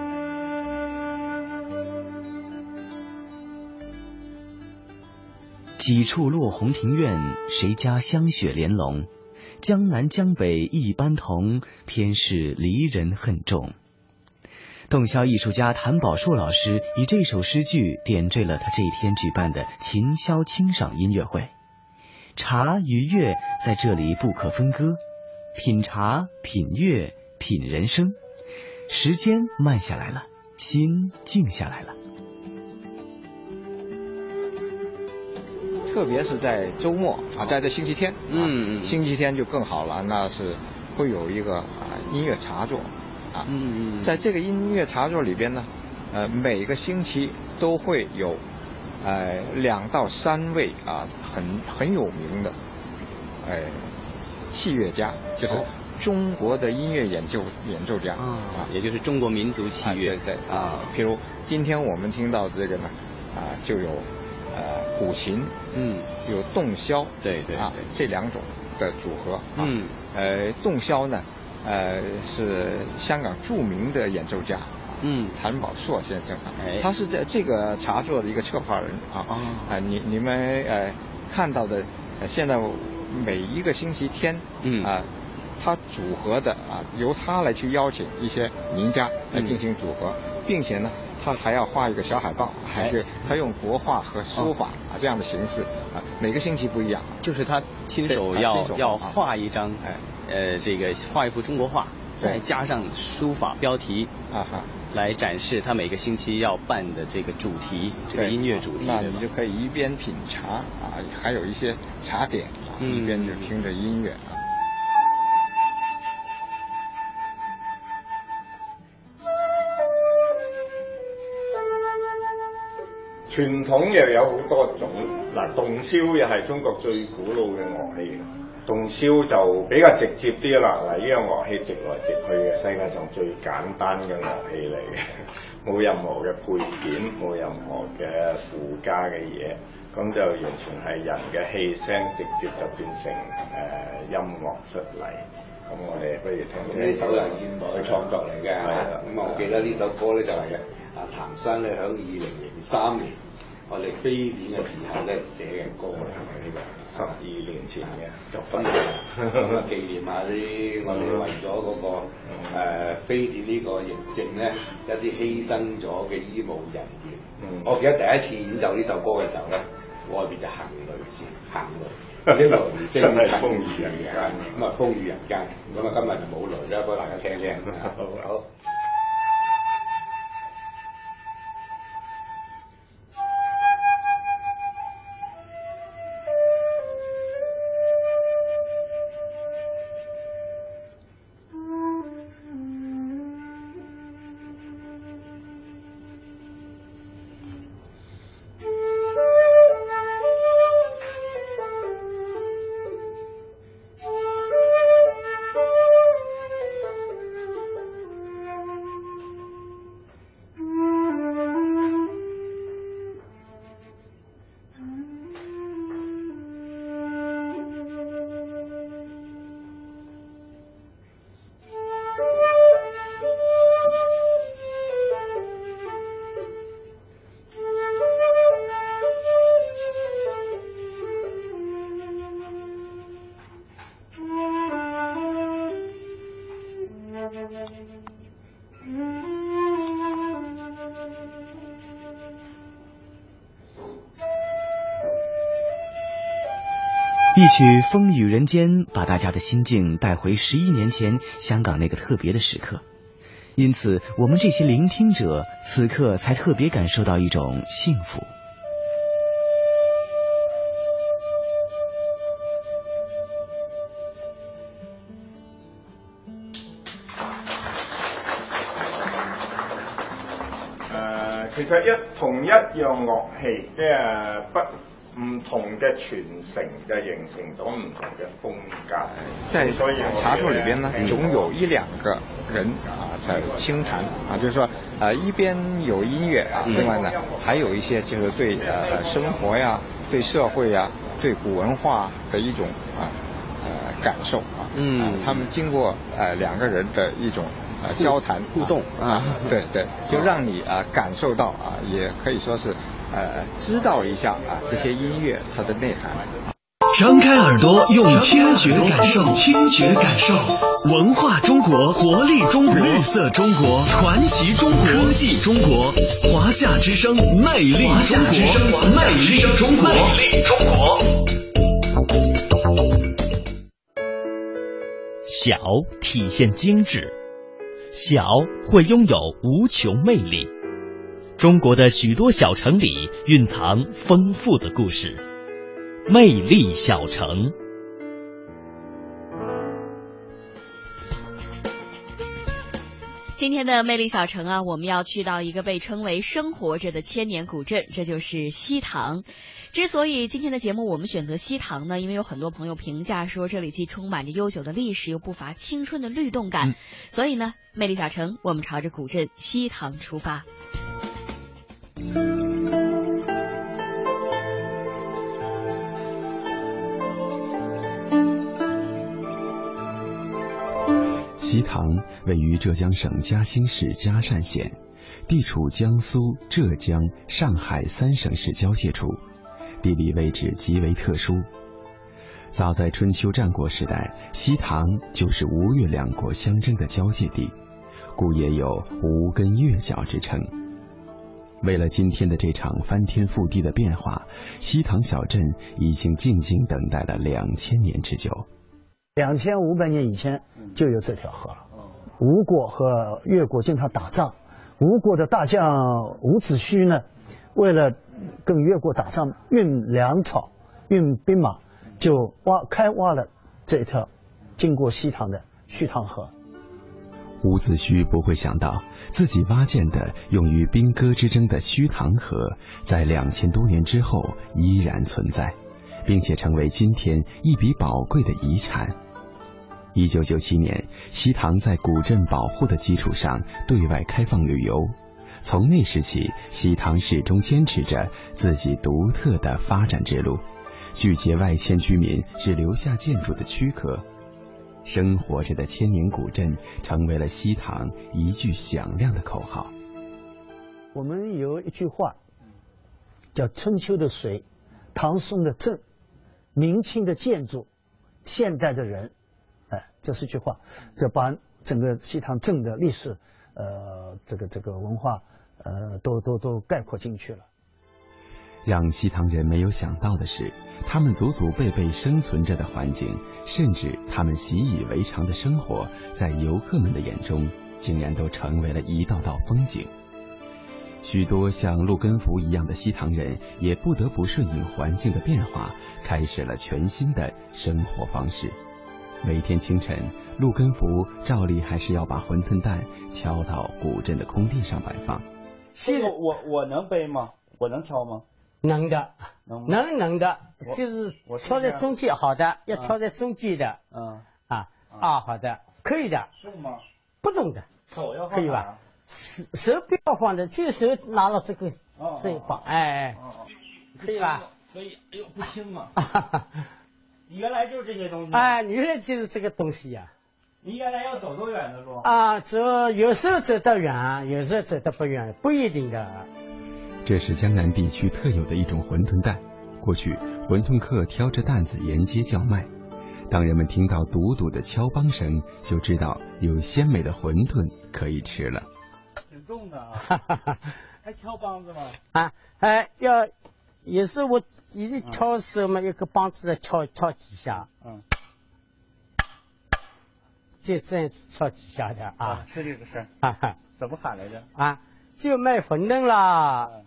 几处落红庭院，谁家香雪莲笼？江南江北一般同，偏是离人恨重。洞箫艺术家谭宝硕老师以这首诗句点缀了他这一天举办的琴箫清赏音乐会。茶与乐在这里不可分割，品茶、品乐、品人生。时间慢下来了，心静下来了。 特别是在周末啊，在这星期天，嗯、啊，星期天就更好了，那是会有一个啊音乐茶座，啊，嗯，在这个音乐茶座里边呢，呃，每个星期都会有，呃，两到三位啊很很有名的，呃，器乐家，就是中国的音乐演奏演奏家， 啊，也就是中国民族器乐， 啊、对对啊，譬如今天我们听到这个呢，啊，就有。呃，古琴，嗯，有洞箫， 对 对, 对啊，这两种的组合，啊、嗯，呃，洞箫呢，呃，是香港著名的演奏家，嗯，谭宝硕先生，哎，他是在这个茶座的一个策划人啊，啊、呃，你你们呃看到的，呃，现在每一个星期天，嗯啊、呃，他组合的啊，由他来去邀请一些名家来进行组合，嗯、并且呢。他还要画一个小海报，还是他用国画和书法啊这样的形式啊，每个星期不一样。 就是他亲手要要画一张，哎，呃，这个画一幅中国画，再加上书法标题啊哈，来展示他每个星期要办的这个主题，这个音乐主题。 那你就可以一边品茶啊，还有一些茶点啊，一边就听着音乐啊。 傳統又有好多種，嗱，洞簫又係中國最古老嘅樂器。洞簫就比較直接啲啦，嗱，呢個樂器直來直去嘅，世界上最簡單嘅樂器嚟嘅，冇任何嘅配件，冇任何嘅附加嘅嘢，咁就完全係人嘅氣聲直接就變成誒、呃、音樂出嚟。咁我哋不如聽呢首係現代嘅創作嚟嘅，係啦。咁我記得呢首歌咧就係、是、啊譚生咧喺二零零三年。我哋非典嘅時候咧寫嘅歌嚟嘅，呢個十二年前嘅作品，咁啊紀念下啲我哋為咗嗰、那個誒、呃、非典呢個疫症咧一啲犧牲咗嘅醫務人員。嗯、我記得第一次演奏呢首歌嘅時候咧，外邊就行雷先，行雷，啲雷聲真係風雨人間，咁啊風雨人間，咁啊今日就冇雷啦，俾大家聽聽。好。好一曲《风雨人间》把大家的心境带回十一年前香港那个特别的时刻，因此我们这些聆听者此刻才特别感受到一种幸福。 誒，其實一同一樣樂器，即係不。唔同嘅傳承就形成咗唔同嘅風格。 在茶座裏邊呢，總有一兩個人啊在清談啊，就是說呃一邊有音樂啊，另外呢還有一些就是對呃生活呀、對社會呀、對古文化的一種啊呃感受啊。嗯。他們經過呃兩個人的一種呃交談互動啊，對對，就讓你啊感受到啊，也可以說是。呃，知道一下啊，这些音乐它的内涵。 张开耳朵，用听觉感受，听觉感受文化中国，活力中国，绿色中国，传奇中国，科技中国，华夏之声，魅力中国，魅力中国，魅力中国。 小体现精致，小会拥有无穷魅力。中国的许多小城里蕴藏丰富的故事，魅力小城。 今天的魅力小城啊，我们要去到一个被称为生活着的千年古镇，这就是西塘。之所以今天的节目我们选择西塘呢，因为有很多朋友评价说这里既充满着悠久的历史，又不乏青春的律动感，嗯、所以呢，魅力小城我们朝着古镇西塘出发。 西塘位于浙江省嘉兴市嘉善县，地处江苏、浙江、上海三省市交界处，地理位置极为特殊。早在春秋战国时代，西塘就是吴越两国相争的交界地，故也有吴跟越角之称。为了今天的这场翻天覆地的变化，西塘小镇已经静静等待了两千年之久。 两千五百年以前就有这条河了。吴国和越国经常打仗，吴国的大将伍子胥呢，为了跟越国打仗运粮草、运兵马，就挖开挖了这一条经过西塘的胥塘河。 伍子胥不会想到，自己挖建的用于兵戈之争的胥塘河，在两千多年之后依然存在，并且成为今天一笔宝贵的遗产。一九九七年，西塘在古镇保护的基础上对外开放旅游。从那时起，西塘始终坚持着自己独特的发展之路，拒绝外迁居民只留下建筑的躯壳。生活着的千年古镇成为了西塘一句响亮的口号。 我们有一句话叫春秋的水，唐宋的镇，明清的建筑，现代的人，哎，这是句话，这把整个西塘镇的历史，呃，这个这个文化，呃，都都都概括进去了。 让西塘人没有想到的是，他们祖祖辈辈生存着的环境，甚至他们习以为常的生活，在游客们的眼中，竟然都成为了一道道风景。许多像陆根福一样的西塘人，也不得不顺应环境的变化，开始了全新的生活方式。每天清晨，陆根福照例还是要把馄饨蛋敲到古镇的空地上摆放。 这个我我能背吗？我能敲吗？ 能的， 能能能的，就是敲在中间，好的，要敲在中间的， 嗯啊啊，好的，可以的。 重吗？ 不重的， 手要放可以吧？手手不要放的，这个手拿了这个这一放，哎哎，可以吧？ 可以，哎呦，不轻啊！你原来就是这些东西。 哎，原来就是这个东西呀。 你原来要走多远的路？ 啊，走有时候走得远，有时候走得不远，不一定的。 这是江南地区特有的一种馄饨蛋。过去，馄饨客挑着担子沿街叫卖。当人们听到笃笃的敲梆声，就知道有鲜美的馄饨可以吃了。 挺重的啊！还敲梆子吗？ 啊，哎，要也是我一直敲的时候嘛，一个梆子的敲敲几下， 嗯， 就这样敲几下的啊， 啊是这个声， 哈哈， 怎么喊来着？ 啊，就卖馄饨啦，嗯、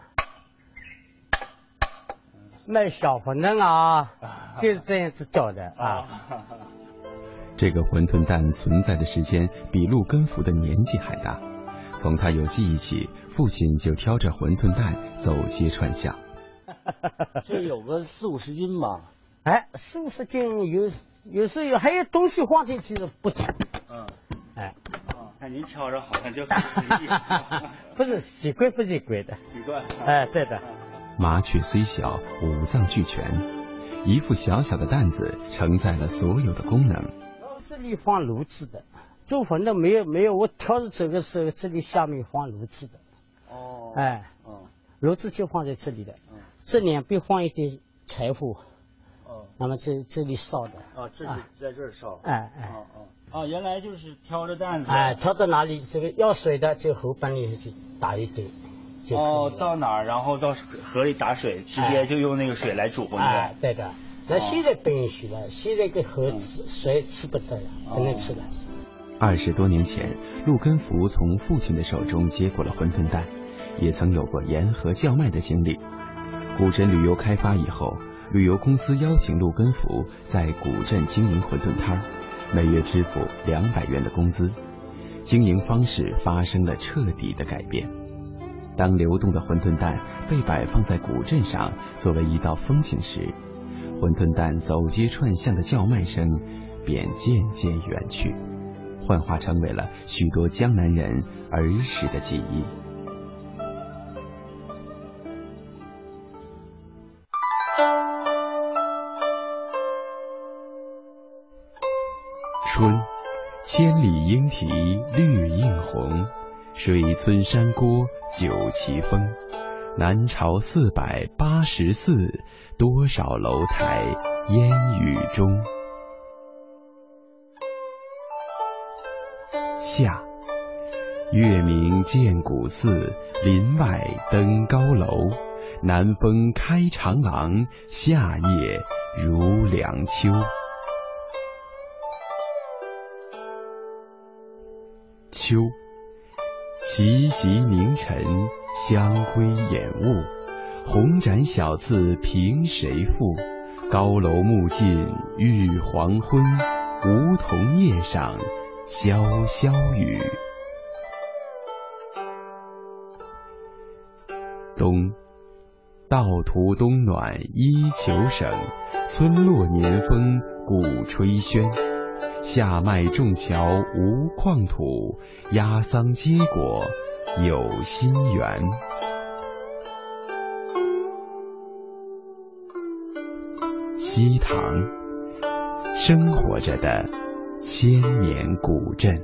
卖小馄饨啊，就是这样子叫的啊。 这个馄饨蛋存在的时间比陆根福的年纪还大，从他有记忆起，父亲就挑着馄饨蛋走街串巷。 这有个四五十斤吧？哎，四五十斤有，有时候有还有东西放进去的不止。 嗯， 哎， 哦，看您挑着好像就很随意。 不是习惯不习惯的？ 习惯。 哎，对的。 麻雀虽小，五脏俱全，一副小小的担子承载了所有的功能。 这里放炉子的，做馄饨没有没有，我挑着走的时候，这里下面放炉子的。 哦。 哎。 嗯。 炉子就放在这里的。嗯。这两边放一点柴火。 哦。 那么这这里烧的。 啊，这里在这儿烧。 哎哎。 哦哦。啊，原来就是挑着担子。 哎，挑到哪里这个要水的，就河本里去打一点。 哦，到哪儿然后到河里打水，直接就用那个水来煮馄饨。 哎，对的。那现在不允许了，现在个河水吃不得了，不能吃了。 二十多年前，陆根福从父亲的手中接过了馄饨蛋，也曾有过沿河叫卖的经历。古镇旅游开发以后，旅游公司邀请陆根福在古镇经营馄饨摊，每月支付两百元的工资，经营方式发生了彻底的改变。当流动的馄饨蛋被摆放在古镇上作为一道风景时，馄饨蛋走街串巷的叫卖声便渐渐远去，幻化成为了许多江南人儿时的记忆。春，千里莺啼绿映红，水村山郭酒旗风。南朝四百八十寺，多少楼台烟雨中。夏，月明见古寺，林外登高楼。南风开长廊，夏夜如凉秋。秋，习习明晨，香灰掩雾，红展小字凭谁赋？高楼暮尽欲黄昏，梧桐叶上潇潇雨。冬，道途冬暖衣裘省，村落年丰鼓吹喧。夏麦种桥无旷土，压桑结果有心园。西塘，生活着的千年古镇。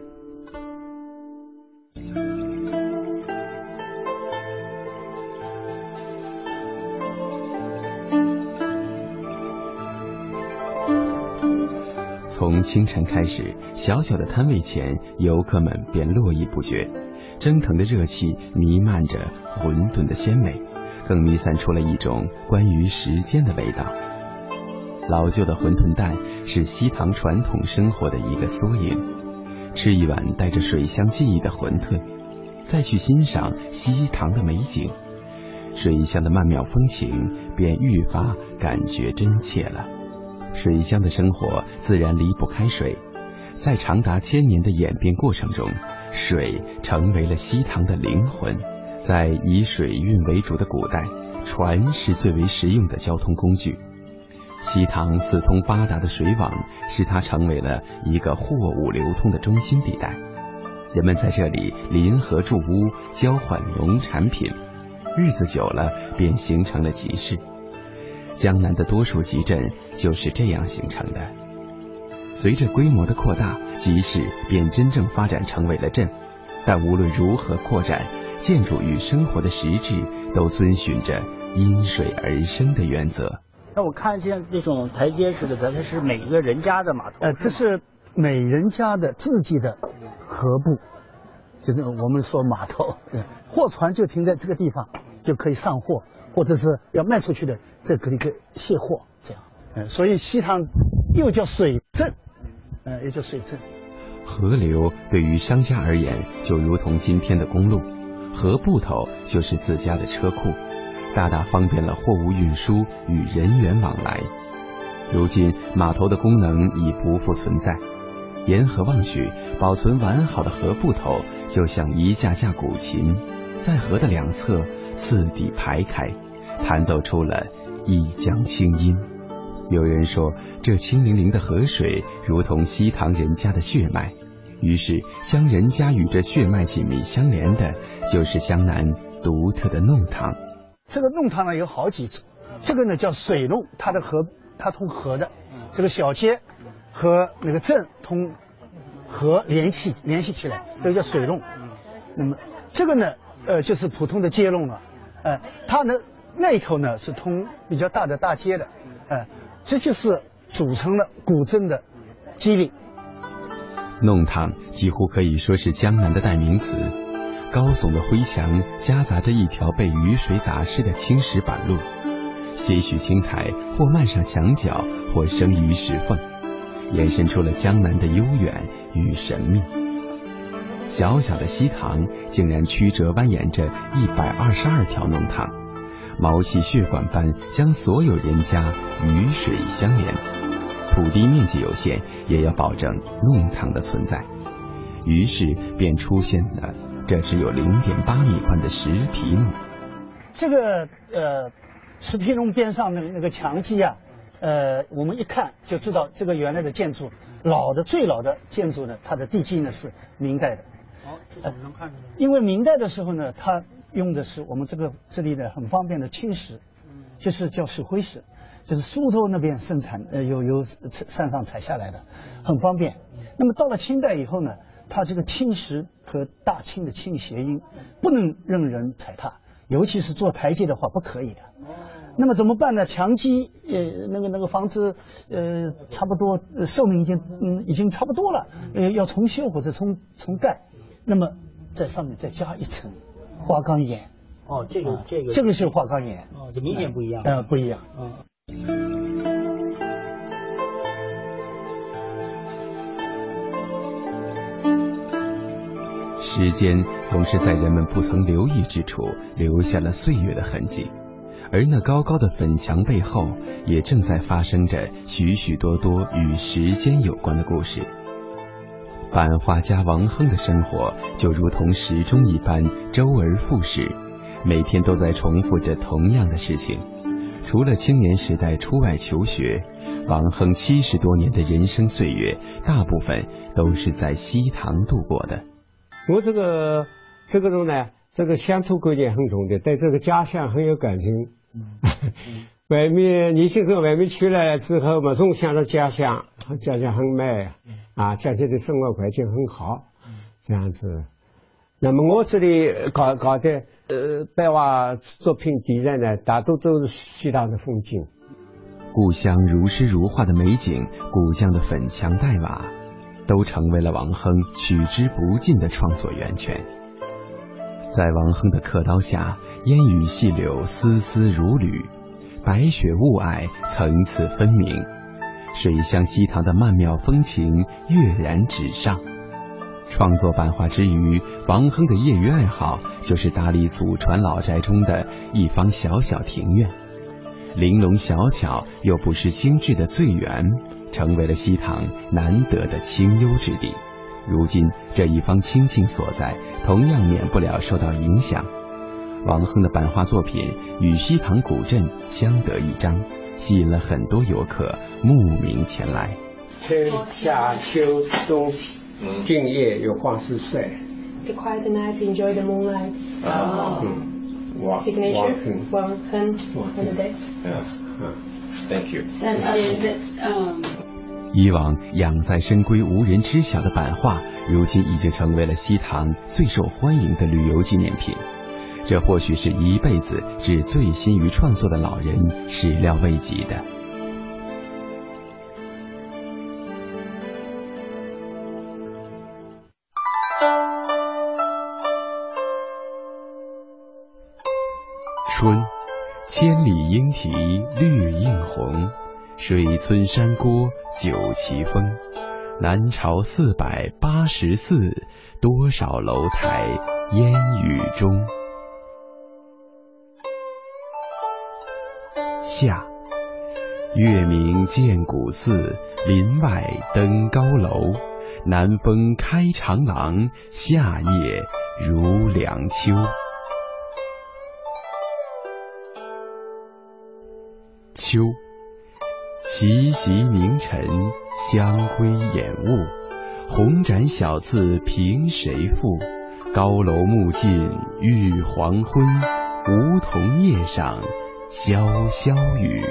从清晨开始，小小的摊位前，游客们便络绎不绝，蒸腾的热气弥漫着馄饨的鲜美，更弥散出了一种关于时间的味道。老旧的馄饨蛋是西塘传统生活的一个缩影。吃一碗带着水乡记忆的馄饨，再去欣赏西塘的美景，水乡的曼妙风情便愈发感觉真切了。水乡的生活自然离不开水，在长达千年的演变过程中，水成为了西塘的灵魂。在以水运为主的古代，船是最为实用的交通工具。西塘四通八达的水网，使它成为了一个货物流通的中心地带。人们在这里临河筑屋，交换农产品，日子久了便形成了集市。江南的多数集镇就是这样形成的。随着规模的扩大，集市便真正发展成为了镇。但无论如何扩展，建筑与生活的实质都遵循着因水而生的原则。 那我看见这种台阶似的，它是每个人家的码头。 呃，这是每人家的自己的河埠，就是我们说码头，货船就停在这个地方。 就可以上货，或者是要卖出去的，这个一个卸货这样。嗯，所以西塘又叫水镇，呃，也叫水镇。 河流对于商家而言，就如同今天的公路，河埠头就是自家的车库，大大方便了货物运输与人员往来。如今码头的功能已不复存在，沿河望去，保存完好的河埠头就像一架架古琴，在河的两侧次第排开，弹奏出了一江清音。有人说，这清凌凌的河水如同西塘人家的血脉，于是将人家与这血脉紧密相连的，就是湘南独特的弄堂。 这个弄堂呢有好几种，这个呢叫水弄，它的河它通河的，这个小街和那个镇通河联系联系起来，这叫水弄。那么这个呢，呃，就是普通的街弄了，呃，它的那头呢是通比较大的大街的，呃，这就是组成了古镇的基理。 弄堂几乎可以说是江南的代名词，高耸的灰墙夹杂着一条被雨水打湿的青石板路，些许青苔或漫上墙角，或生于石缝，延伸出了江南的悠远与神秘。小小的西塘竟然曲折蜿蜒着一百二十二条弄堂，毛细血管般将所有人家与水相连。土地面积有限，也要保证弄堂的存在，于是便出现了这只有零点八米宽的石皮弄。 这个呃石皮弄边上的那个墙基啊，呃，我们一看就知道这个原来的建筑，老的最老的建筑呢，它的地基呢是明代的。 哦，这怎么能看出来？ 因为明代的时候呢，它用的是我们这个这里的很方便的青石，就是叫石灰石，就是苏州那边生产呃有有山上采下来的，很方便。那么到了清代以后呢，它这个青石和大清的清谐音不能让人踩踏，尤其是做台阶的话不可以的。那么怎么办呢？墙基呃那个那个房子呃差不多、呃、寿命已经嗯已经差不多了，呃要重修或者重重盖，那么在上面再加一层花岗岩。 哦，这个、啊、这个这个是花岗岩。 哦，这明显不一样。 呃，不一样。 嗯。 时间总是在人们不曾留意之处留下了岁月的痕迹，而那高高的粉墙背后，也正在发生着许许多多与时间有关的故事。版画家王亨的生活就如同时钟一般，周而复始，每天都在重复着同样的事情。除了青年时代出外求学，王亨七十多年的人生岁月，大部分都是在西塘度过的。 我这个这个人呢，这个乡土观念很重的，对这个家乡很有感情。嗯嗯、外面年轻从外面出来之后嘛，总想着家乡，家乡很美啊，家乡的生活环境很好，这样子。那么我这里搞搞的呃版画作品底下呢，大多都是西塘的风景。 故乡如诗如画的美景，古江的粉墙黛瓦，都成为了王亨取之不尽的创作源泉。在王亨的刻刀下，烟雨细柳丝丝如缕，白雪雾霭层次分明，水乡西塘的曼妙风情跃然纸上。创作版画之余，王亨的业余爱好就是打理祖传老宅中的一方小小庭院。玲珑小巧又不失精致的醉园，成为了西塘难得的清幽之地。如今这一方清静所在，同样免不了受到影响。王亨的版画作品与西塘古镇相得益彰，吸引了很多游客慕名前来。 春夏秋冬，今夜有黄是睡。 The quiet nights, enjoy the moonlight. Ah. Signature, Wang Hen on the decks. Yes. Thank you. Um. 以往养在深闺无人知晓的版画，如今已经成为了西塘最受欢迎的旅游纪念品。这或许是一辈子只醉心于创作的老人始料未及的。 春，千里莺啼绿映红，水村山郭酒旗风。南朝四百八十寺，多少楼台烟雨中。夏，月明见古寺，林外登高楼。南风开长廊，夏夜如凉秋。秋，奇袭凝尘，香辉掩雾。红展小字凭谁赋？高楼暮尽欲黄昏，梧桐叶上潇潇雨。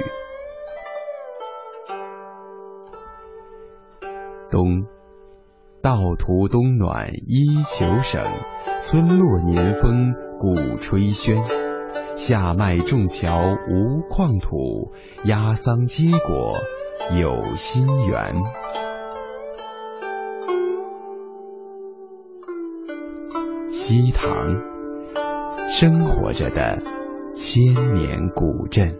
冬，道途冬暖衣裘省，村落年丰鼓吹喧。下麦种荞无旷土，压桑结果有心园。西塘，生活着的千年古镇。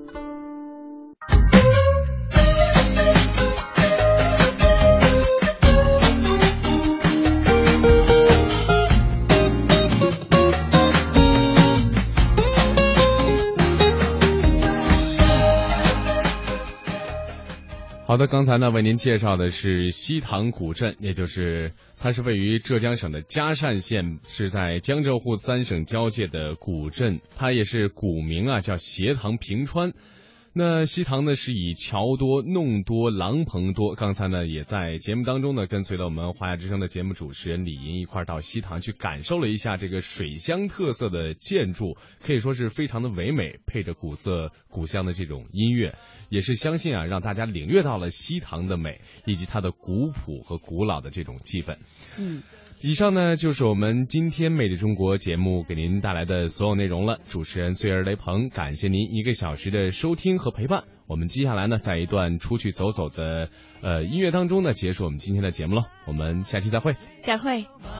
好的，刚才呢为您介绍的是西塘古镇，也就是它是位于浙江省的嘉善县，是在江浙沪三省交界的古镇，它也是古名啊叫斜塘平川。那西塘呢是以桥多、弄多、廊棚多。刚才呢也在节目当中呢跟随了我们华夏之声的节目主持人李莹一块到西塘去感受了一下这个水乡特色的建筑，可以说是非常的唯美，配着古色古香的这种音乐，也是相信啊让大家领略到了西塘的美以及它的古朴和古老的这种气氛。 嗯。 以上呢就是我们今天魅力中国节目给您带来的所有内容了。主持人穗儿雷鹏，感谢您一个小时的收听和陪伴。我们接下来呢在一段出去走走的呃音乐当中呢结束我们今天的节目了。我们下期再会。 再会。